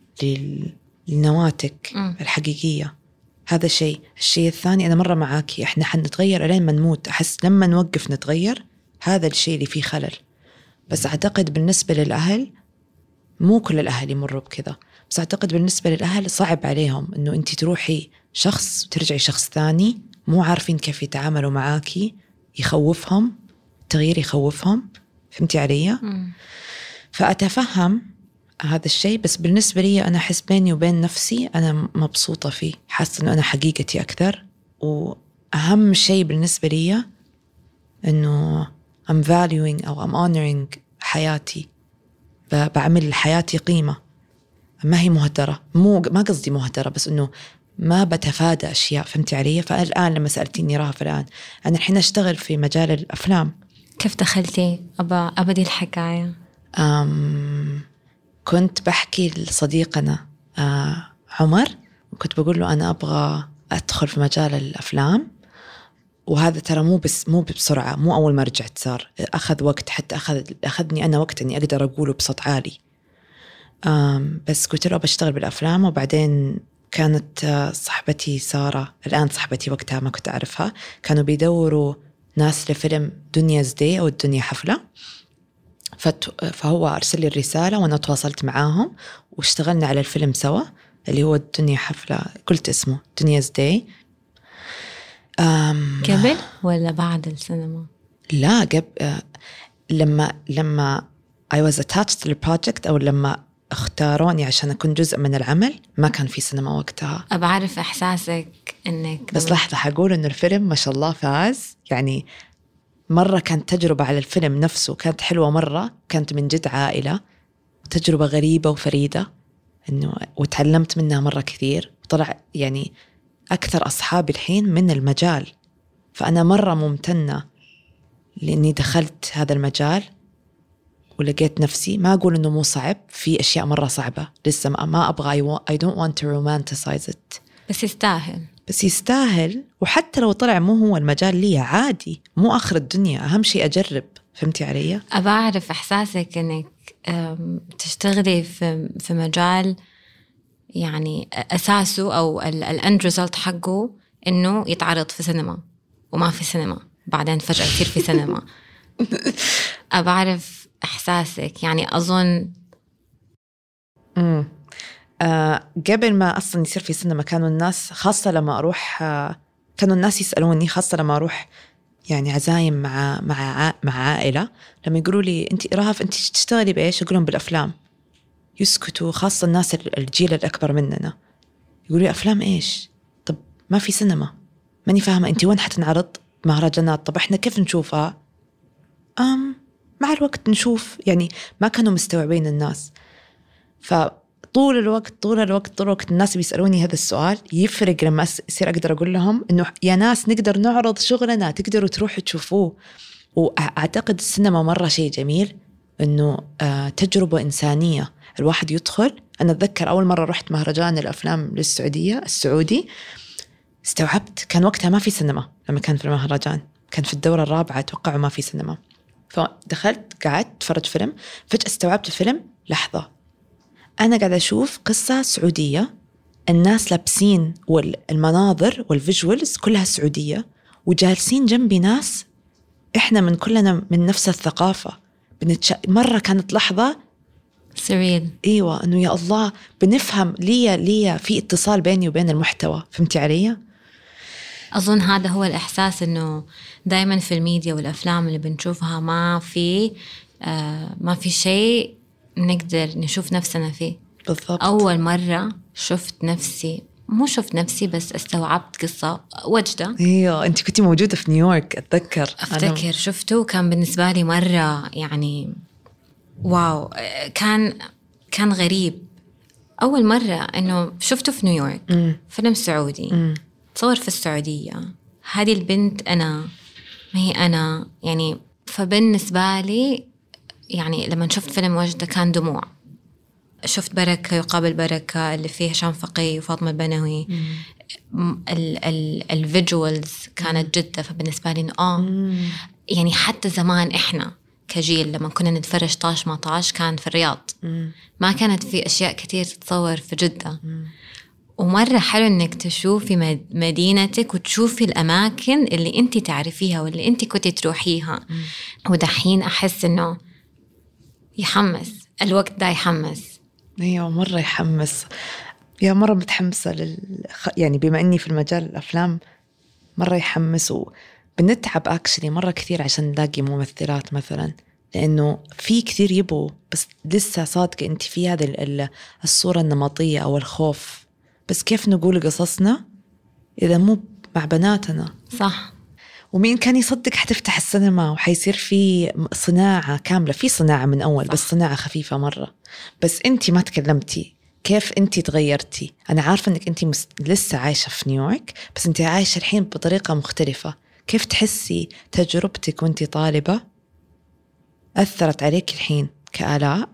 لنواتك الحقيقية. هذا الشيء الثاني، أنا مرة معاكي، إحنا حنتغير ألين ما نموت. أحس لما نوقف نتغير، هذا الشيء اللي فيه خلل. بس أعتقد بالنسبة للأهل، مو كل الأهل يمروا بكذا، بس أعتقد بالنسبة للأهل صعب عليهم إنه أنت تروحي شخص وترجعي شخص ثاني، مو عارفين كيف يتعاملوا معاكي، يخوفهم التغيير، يخوفهم. فهمتي علي؟ فأتفهم هذا الشيء، بس بالنسبة لي أنا أحس بيني وبين نفسي أنا مبسوطة فيه، حاسة إنه أنا حقيقتي أكثر. وأهم شيء بالنسبة لي إنه I'm valuing أو I'm honoring حياتي، بعمل حياتي قيمة، ما هي مهدرة. ما قصدي مهدرة، بس إنه ما بتفادى أشياء. فهمتي علي؟ فالآن لما سألتيني رهف، الآن أنا الحين أشتغل في مجال الأفلام. كيف دخلتي؟ أبدي الحكاية. كنت بحكي لصديقنا عمر، وكنت بقول له أنا أبغى أدخل في مجال الأفلام، وهذا ترى مو بسرعة، مو أول ما رجعت صار، أخذ وقت، حتى أخذني أنا وقت إني أقدر أقوله بصوت عالي. بس قلت له بشتغل بالأفلام. وبعدين كانت صاحبتي سارة، الآن صاحبتي وقتها ما كنت أعرفها، كانوا بيدوروا ناس لفيلم دنيا زدي أو الدنيا حفلة، فهو أرسل لي الرسالة وأنا تواصلت معاهم واشتغلنا على الفيلم سوا، اللي هو الدنيا حفلة، قلت اسمه دنيا زدي. قبل ولا بعد السينما؟ لا قبل. لما I was attached to the project، أو لما اختاروني عشان أكون جزء من العمل، ما كان في سينما وقتها. أبعرف إحساسك إنك بس لحظة، حقول إنه الفيلم ما شاء الله فاز، يعني مرة كانت تجربة على الفيلم نفسه، كانت حلوة مرة، كانت من جد عائلة، تجربة غريبة وفريدة، وتعلمت منها مرة كثير، وطلع يعني أكثر أصحابي الحين من المجال. فأنا مرة ممتنة لأني دخلت هذا المجال ولقيت نفسي. ما أقول إنه مو صعب، في أشياء مرة صعبة لسه ما أبغى I don't want to romanticize it، بس يستاهل. وحتى لو طلع مو هو المجال لي، عادي، مو آخر الدنيا، أهم شيء أجرب. فهمتي علي؟ أبعرف إحساسك إنك تشتغلي في مجال يعني أساسه أو الأند ريزلت حقه إنه يتعرض في سينما، وما في سينما بعدين فجأة يصير في سينما. أبعرف إحساسك؟ يعني أظن قبل ما أصلا يصير في سينما كانوا الناس، خاصة لما أروح كانوا الناس يسألوني، خاصة لما أروح يعني عزايم مع عائلة، لما يقولوا لي أنت رهف أنت تشتغلي بإيش؟ أقولهم بالأفلام. يسكتوا، خاصة الناس الجيل الأكبر مننا، يقولوا لي أفلام إيش؟ طب ما في سينما، ماني فاهمة أنت وين حتنعرض؟ مهرجانات؟ طب إحنا كيف نشوفها؟ مع الوقت نشوف، يعني ما كانوا مستوعبين الناس. فطول الوقت الناس بيسألوني هذا السؤال. يفرق لما يصير أقدر أقول لهم إنه يا ناس نقدر نعرض شغلنا، تقدروا تروحوا تشوفوه. وأعتقد السينما مرة شيء جميل، إنه تجربة إنسانية. الواحد يدخل. أنا أتذكر أول مرة رحت مهرجان الأفلام السعودي، استوعبت، كان وقتها ما في سينما لما كان في المهرجان، كان في الدورة الرابعة أتوقع ما في سينما. فدخلت قعدت اتفرج فيلم، فجأة استوعبت الفيلم. لحظة، أنا قاعدة أشوف قصة سعودية، الناس لابسين والمناظر والفيجوالز كلها سعودية، وجالسين جنبي ناس إحنا من كلنا من نفس الثقافة. مرة كانت لحظة سريل. أيوة، إنه يا الله بنفهم ليه في اتصال بيني وبين المحتوى. فهمتي علي؟ أظن هذا هو الإحساس، إنه دايما في الميديا والأفلام اللي بنشوفها ما في شيء نقدر نشوف نفسنا فيه. بالضبط. أول مرة شفت نفسي بس استوعبت قصة وجدة. ايوه، انت كنتي موجودة في نيويورك أفتكر شفته، كان بالنسبة لي مرة يعني واو، كان غريب. أول مرة إنه شفته في نيويورك، فيلم سعودي تصور في السعودية. هذه البنت أنا، ما هي أنا يعني. فبالنسبة لي يعني لما شفت فيلم وجدة كان دموع. شفت بركة يقابل بركة اللي فيه هشام فقيه وفاطمة البنوي. الفيجوالز كانت جدة. فبالنسبة لي يعني حتى زمان إحنا كجيل لما كنا نتفرج طاش ما طاش كان في الرياض، ما كانت في أشياء كتير تتصور في جدة. ومرة حلو إنك تشوفي مدينتك وتشوفي الأماكن اللي أنت تعرفيها واللي أنت كنت تروحيها. ودحين أحس إنه يحمس الوقت ده، يحمس. ايوه مرة يحمس. يا مرة متحمسة يعني بما اني في المجال الافلام مرة يحمس. وبنتعب اكشلي مرة كثير عشان نلاقي ممثلات مثلا، لانه في كثير يبغوا، بس لسه صادقة انت في هذا الصورة النمطية او الخوف. بس كيف نقول قصصنا اذا مو مع بناتنا؟ صح. ومين كان يصدق حتفتح السينما وحيصير في صناعة كاملة، في صناعة من أول. صح. بس صناعة خفيفة مرة. بس أنتي ما تكلمتي كيف أنتي تغيرتي. أنا عارفة أنك أنتي لسه عايشة في نيويورك، بس أنتي عايشة الحين بطريقة مختلفة. كيف تحسي تجربتك وأنتي طالبة أثرت عليك الحين كآلاء؟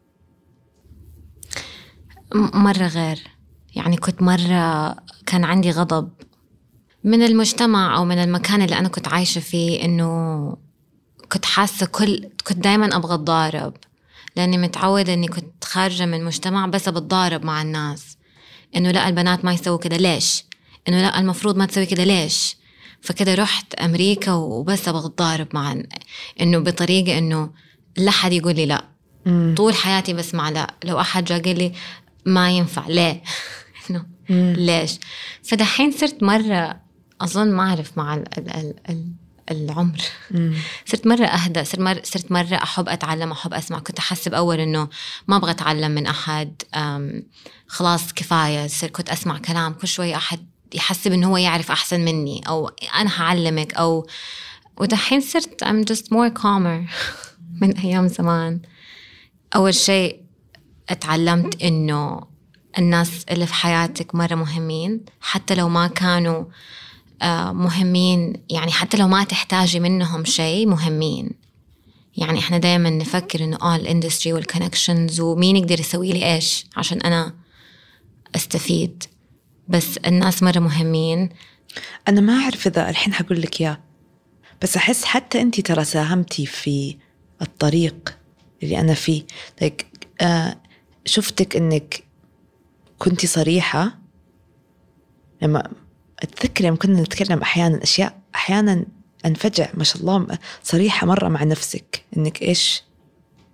مرة غير. يعني كنت مرة كان عندي غضب من المجتمع أو من المكان اللي أنا كنت عايشة فيه، إنه كنت حاسة كنت دايما أبغى أتضارب، لأني متعودة إني كنت خارجة من مجتمع بس بتضارب مع الناس. إنه لا البنات ما يسووا كده، ليش؟ إنه لا المفروض ما تسوي كده، ليش؟ فكده رحت أمريكا وبس أبغى أتضارب مع إنه بطريقة إنه لا حد يقول لي لا. طول حياتي بسمع لا. لو أحد جا قال لي ما ينفع، ليه؟ إنه ليش؟ فدحين صرت مرة أظن ما أعرف مع العمر صرت مرة أهدأ، صرت مرة أحب أتعلم، أحب أسمع. كنت أحسب أول إنه ما أبغى أتعلم من أحد، خلاص كفاية. كنت أسمع كلام كل شوي أحد يحسب إنه هو يعرف أحسن مني أو أنا هعلمك أو. ودحين صرت I'm just more calmer من أيام زمان. أول شيء اتعلمت إنه الناس اللي في حياتك مرة مهمين، حتى لو ما كانوا مهمين، يعني حتى لو ما تحتاجي منهم شيء مهمين. يعني احنا دائما نفكر انه الاندستري والكونكشنز ومين يقدر يسوي لي ايش عشان انا استفيد، بس الناس مرة مهمين. انا ما اعرف اذا الحين حقول لك يا، بس احس حتى انتي ترى ساهمتي في الطريق اللي انا فيه. شفتك انك كنتي صريحة. لما أتذكر لما كنا نتكلم أحيانا أنفجع، ما شاء الله صريحة مرة مع نفسك إنك إيش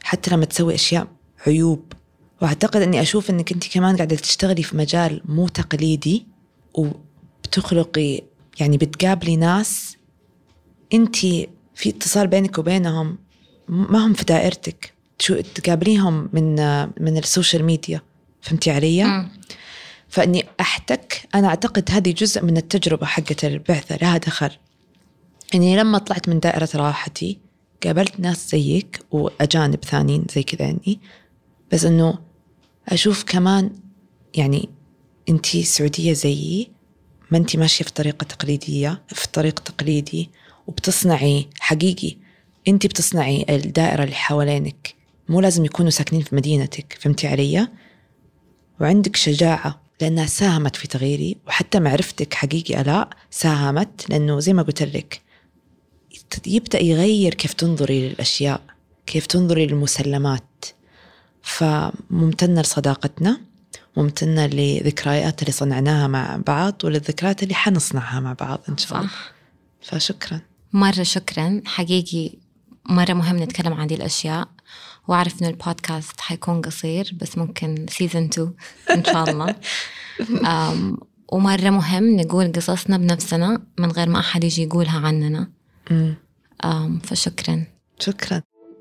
حتى لما تسوي أشياء عيوب. وأعتقد أني أشوف أنك أنت كمان قاعدة تشتغلي في مجال مو تقليدي، وبتخلقي يعني بتقابلي ناس أنت في اتصال بينك وبينهم ما هم في دائرتك، تقابليهم من السوشيال ميديا. فهمتي علي؟ فأني أحتك، أنا أعتقد هذه جزء من التجربة حقة البعثة لها دخل. يعني لما طلعت من دائرة راحتي قابلت ناس زيك وأجانب ثانيين زي كذا يعني، بس أنه أشوف كمان يعني أنتي سعودية زيي، ما أنتي ماشية في طريقة تقليدية، في طريق تقليدي، وبتصنعي حقيقي، أنتي بتصنعي الدائرة اللي حوالينك، مو لازم يكونوا ساكنين في مدينتك. فهمتي علي؟ وعندك شجاعة لأنها ساهمت في تغييري، وحتى معرفتك حقيقي ألاء ساهمت، لأنه زي ما قلت لك يبدأ يغير كيف تنظري للأشياء، كيف تنظري للمسلمات. فممتنة لصداقتنا، ممتنة لذكريات اللي صنعناها مع بعض، وللذكريات اللي حنصنعها مع بعض إن شاء الله. فشكرا مرة، شكرا حقيقي. مرة مهم نتكلم عن دي الأشياء، وأعرف إنه البودكاست حيكون قصير، بس ممكن سيزن 2 إن شاء الله. ومرة مهم نقول قصصنا بنفسنا من غير ما أحد يجي يقولها عننا. فشكرا. شكرا.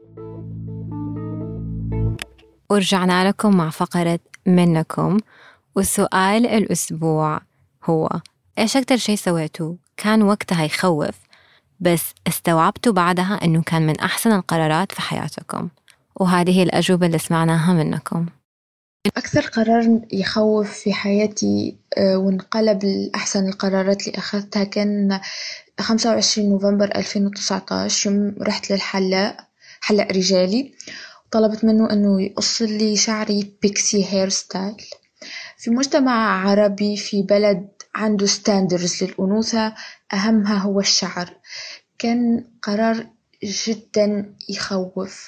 ورجعنا لكم مع فقرة منكم، والسؤال الأسبوع هو: إيش أكتر شيء سويتوا كان وقتها يخوف بس استوعبتوا بعدها أنه كان من أحسن القرارات في حياتكم؟ وهذه الأجوبة اللي سمعناها منكم. أكثر قرار يخوف في حياتي وانقلب لأحسن القرارات اللي أخذتها كان 25 نوفمبر 2019، يوم رحت للحلاق، حلاق رجالي، طلبت منه أنه يقص لي شعري بيكسي هير ستايل. في مجتمع عربي في بلد عنده ستاندرز للأنوثة أهمها هو الشعر، كان قرار جدا يخوف.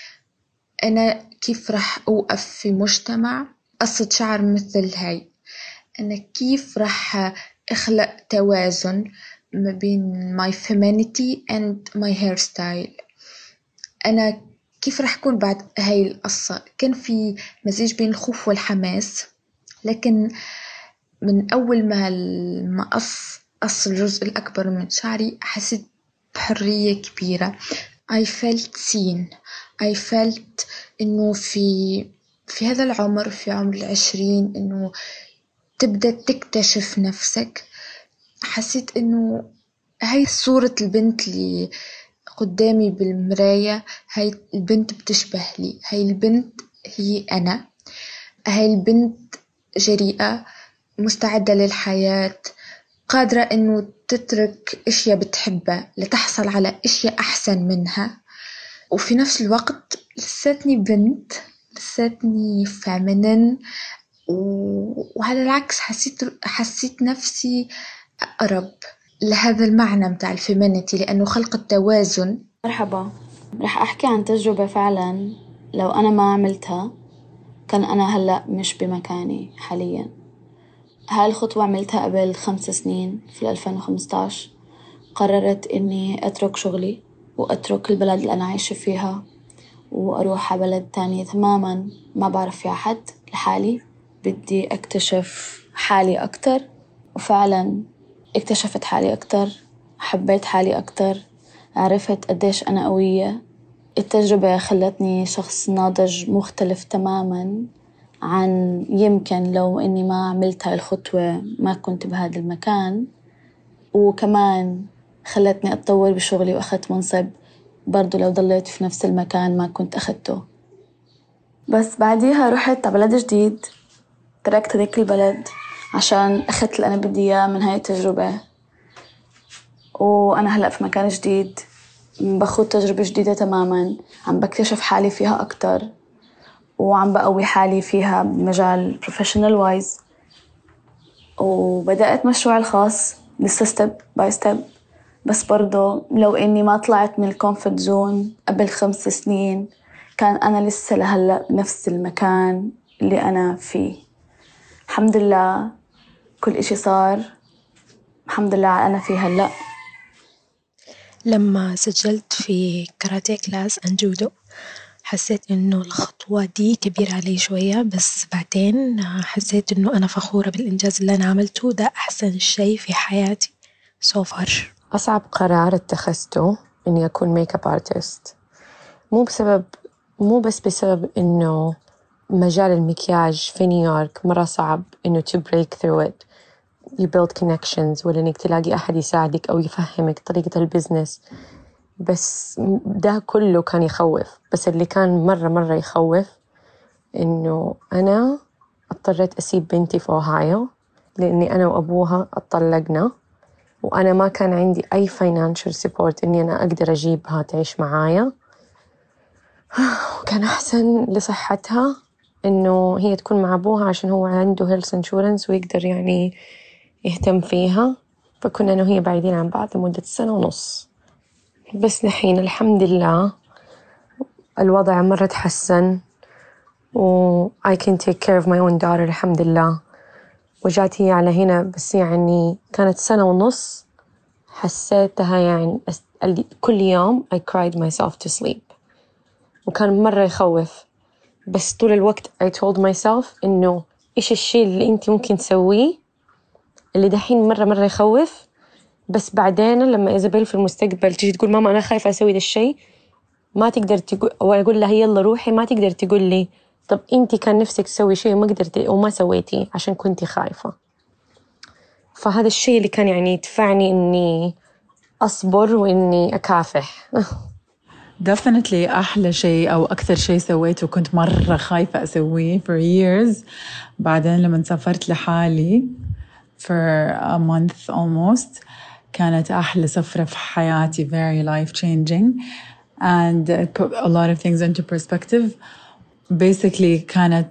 أنا كيف رح أوقف في مجتمع قصة شعر مثل هاي؟ أنا كيف رح أخلق توازن ما بين my femininity and my hairstyle؟ أنا كيف رح أكون بعد هاي القصة؟ كان في مزيج بين الخوف والحماس، لكن من أول ما قص الجزء الأكبر من شعري حسيت بحرية كبيرة. I felt seen. I felt إنه في هذا العمر، في عمر 20، إنه تبدأ تكتشف نفسك. حسيت إنه هاي صورة البنت اللي قدامي بالمراية، هاي البنت بتشبه لي، هاي البنت هي أنا. هاي البنت جريئة، مستعدة للحياة، قادرة إنه تترك أشياء بتحبها لتحصل على أشياء أحسن منها. وفي نفس الوقت لساتني بنت، لساتني فامينين، وعلى العكس حسيت نفسي أقرب لهذا المعنى متاع الفيمينيتي، لأنه خلق التوازن. مرحبا، رح أحكي عن تجربة فعلا لو أنا ما عملتها كان أنا هلأ مش بمكاني حاليا. هاي الخطوة عملتها قبل 5 سنين في 2015. قررت إني أترك شغلي وأترك البلد اللي أنا عايشة فيها وأروح على بلد تانية تماما ما بعرف فيها حد، لحالي. بدي أكتشف حالي أكتر، وفعلا اكتشفت حالي أكتر، حبيت حالي أكتر، عرفت قديش أنا قوية. التجربة خلتني شخص ناضج مختلف تماما عن يمكن لو إني ما عملت هاي الخطوة ما كنت بهذا المكان. وكمان خلتني أتطور بشغلي وأخذت منصب برضو لو ضليت في نفس المكان ما كنت أخذته. بس بعديها رحت على بلد جديد، تركت ذيك البلد عشان أخذت اللي أنا بدي إياه من هاي التجربة. وأنا هلأ في مكان جديد، بخوض تجربة جديدة تماماً، عم بكتشف حالي فيها أكتر، وعم بقوي حالي فيها بمجال professional wise. وبدأت مشروعي الخاص لسه step by step، بس برضو لو إني ما طلعت من الكومفورت زون قبل 5 سنين كان أنا لسه لهلأ نفس المكان اللي أنا فيه. الحمد لله كل إشي صار، الحمد لله أنا فيه هلأ. لما سجلت في كاراتيه كلاس عن جودو حسيت إنه الخطوة دي كبيرة علي شوية، بس بعدين حسيت إنه أنا فخورة بالإنجاز اللي أنا عملته، ده أحسن شيء في حياتي so far. أصعب قرار اتخذته إني أكون ميك اب ارتست، مو بس بسبب إنه مجال المكياج في نيويورك مرة صعب إنه to break through it. You build connections ولا إنك تلاقي أحد يساعدك أو يفهمك طريقة البزنس، بس ده كله كان يخوف. بس اللي كان مرة يخوف إنه أنا اضطريت أسيب بنتي في أوهايو لأني أنا وأبوها اتطلقنا، وأنا ما كان عندي أي financial support إني أنا أقدر أجيبها تعيش معايا. وكان أحسن لصحتها إنه هي تكون مع أبوها عشان هو عنده health insurance ويقدر يعني يهتم فيها. فكنا أنا وهي بعيدين عن بعض لمدة 1.5 سنة. بس الحين الحمد لله الوضع مرة تحسن و I can take care of my own daughter الحمد لله. وجات هي على هنا، بس يعني كانت 1.5 سنة حسيتها يعني كل يوم I cried myself to sleep، وكان مرة يخوف. بس طول الوقت I told myself إنه إيش الشيء اللي أنت ممكن تسويه اللي دحين مرة يخوف، بس بعدين لما إيزابيل في المستقبل تيجي تقول ماما أنا خايفة أسوي ده الشيء، ما تقدر تقول، وأقول لها يلا روحي، ما تقدر تقول لي طب أنت كان نفسك تسوي شيء وما قدرتي وما سويتي عشان كنتي خايفة. فهذا الشيء اللي كان يعني يدفعني إني أصبر وإني أكافح. definitely أحلى شيء أو أكثر شيء سويته كنت مرة خايفة أسويه for years. بعدين لما سافرت لحالي for a month almost كانت أحلى سفرة في حياتي, very life changing and it put a lot of things into perspective. basically كانت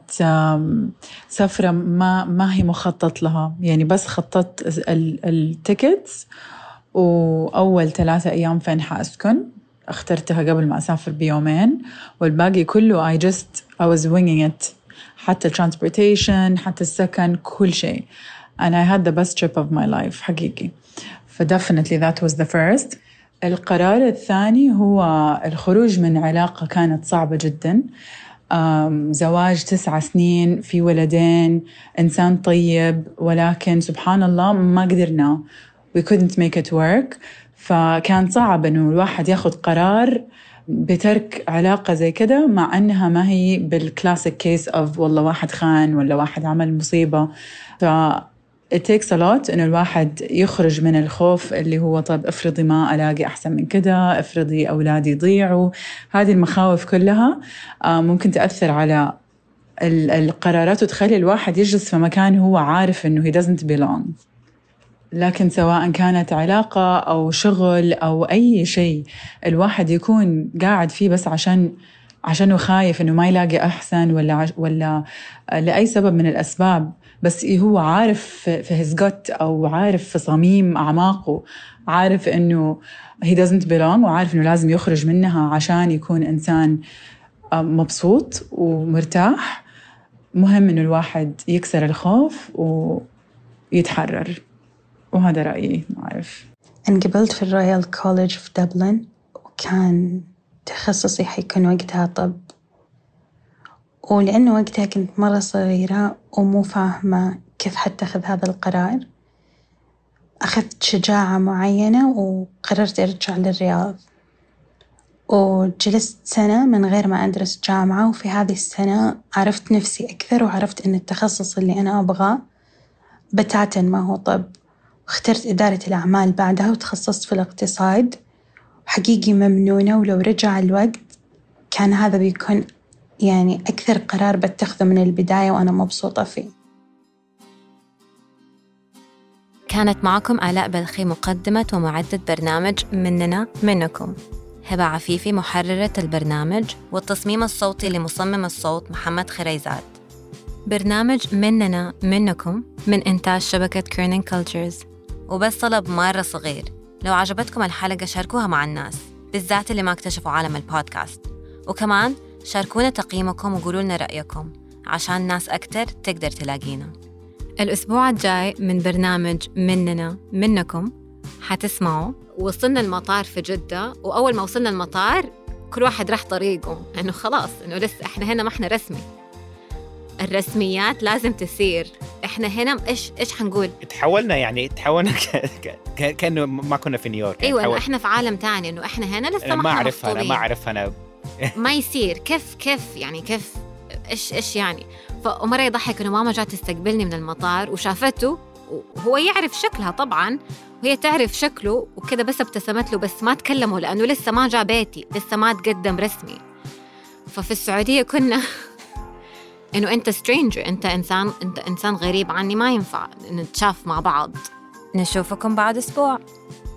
سفرة ما هي مخطط لها, يعني بس خططت التيكتس وأول 3 أيام فين حأسكن اخترتها قبل ما أسافر بيومين, والباقي كله I was winging it, حتى transportation حتى السكن كل شيء, and I had the best trip of my life حقيقي. definitely that was the first. القرار الثاني هو الخروج من علاقة كانت صعبة جدا, زواج 9 سنين في ولدين, إنسان طيب, ولكن سبحان الله ما قدرنا, we couldn't make it work. فكان صعب إنه الواحد ياخد قرار بترك علاقة زي كده, مع أنها ما هي بالكلاسيك كيس of والله واحد خان ولا واحد عمل مصيبة. it takes a lot إنه الواحد يخرج من الخوف اللي هو طب افرضي ما ألاقي أحسن من كده, افرضي أولادي يضيعوا. هذه المخاوف كلها ممكن تأثر على القرارات وتخلي الواحد يجلس في مكان هو عارف إنه he doesn't belong. لكن سواء كانت علاقة أو شغل أو أي شيء الواحد يكون قاعد فيه بس عشانه خايف إنه ما يلاقي أحسن ولا لأي سبب من الأسباب, بس هو عارف في his gut أو عارف في صميم أعماقه, عارف إنه he doesn't belong, وعارف إنه لازم يخرج منها عشان يكون إنسان مبسوط ومرتاح. مهم إنه الواحد يكسر الخوف ويتحرر, وهذا رأيي. ما أعرف. انقبلت في الرويال كوليج في دبلن, وكان تخصصي حيكون وقتها طب, ولأنه وقتها كنت مرة صغيرة ومو فاهمة كيف حتخذ هذا القرار, أخذت شجاعة معينة وقررت أرجع للرياض, وجلست 1 سنة من غير ما أدرس جامعة. وفي هذه السنة عرفت نفسي أكثر, وعرفت أن التخصص اللي أنا أبغاه بتاتا ما هو طب, واخترت إدارة الأعمال بعدها وتخصصت في الاقتصاد. حقيقي ممنونة, ولو رجع الوقت كان هذا بيكون يعني أكثر قرار بتخذه من البداية وأنا مبسوطة فيه. كانت معكم آلاء بلخي, مقدمة ومعدة برنامج مننا منكم. هبة عفيفي محررة البرنامج, والتصميم الصوتي لمصمم الصوت محمد خريزات. برنامج مننا منكم من إنتاج شبكة كيرنين كولتشرز. وبس طلب مرة صغير, لو عجبتكم الحلقة شاركوها مع الناس, بالذات اللي ما اكتشفوا عالم البودكاست, وكمان شاركونا تقييمكم وقولوا لنا رأيكم عشان ناس أكتر تقدر تلاقينا. الأسبوع الجاي من برنامج مننا منكم حتسمعوا وصلنا المطار في جدة, وأول ما وصلنا المطار كل واحد راح طريقه، إنه خلاص إنه لسه إحنا هنا ما إحنا رسمي، الرسميات لازم تسير. إحنا هنا إيش حنقول؟ تحولنا كأنه ما كنا في نيويورك. أيوة إنه إحنا في عالم تاني، إنه إحنا هنا لسه ما أعرف أنا ما يصير كيف يعني كيف إيش يعني. فمرة يضحك إنه ماما جات تستقبلني من المطار وشافته وهو يعرف شكلها طبعاً وهي تعرف شكله وكذا، بس ابتسمت له بس ما تكلموا لأنه لسه ما جاء بيتي، لسه ما تقدم رسمي. ففي السعودية كنا إنه أنت سترينجر، أنت إنسان غريب عني، ما ينفع نتشاف مع بعض. نشوفكم بعد أسبوع.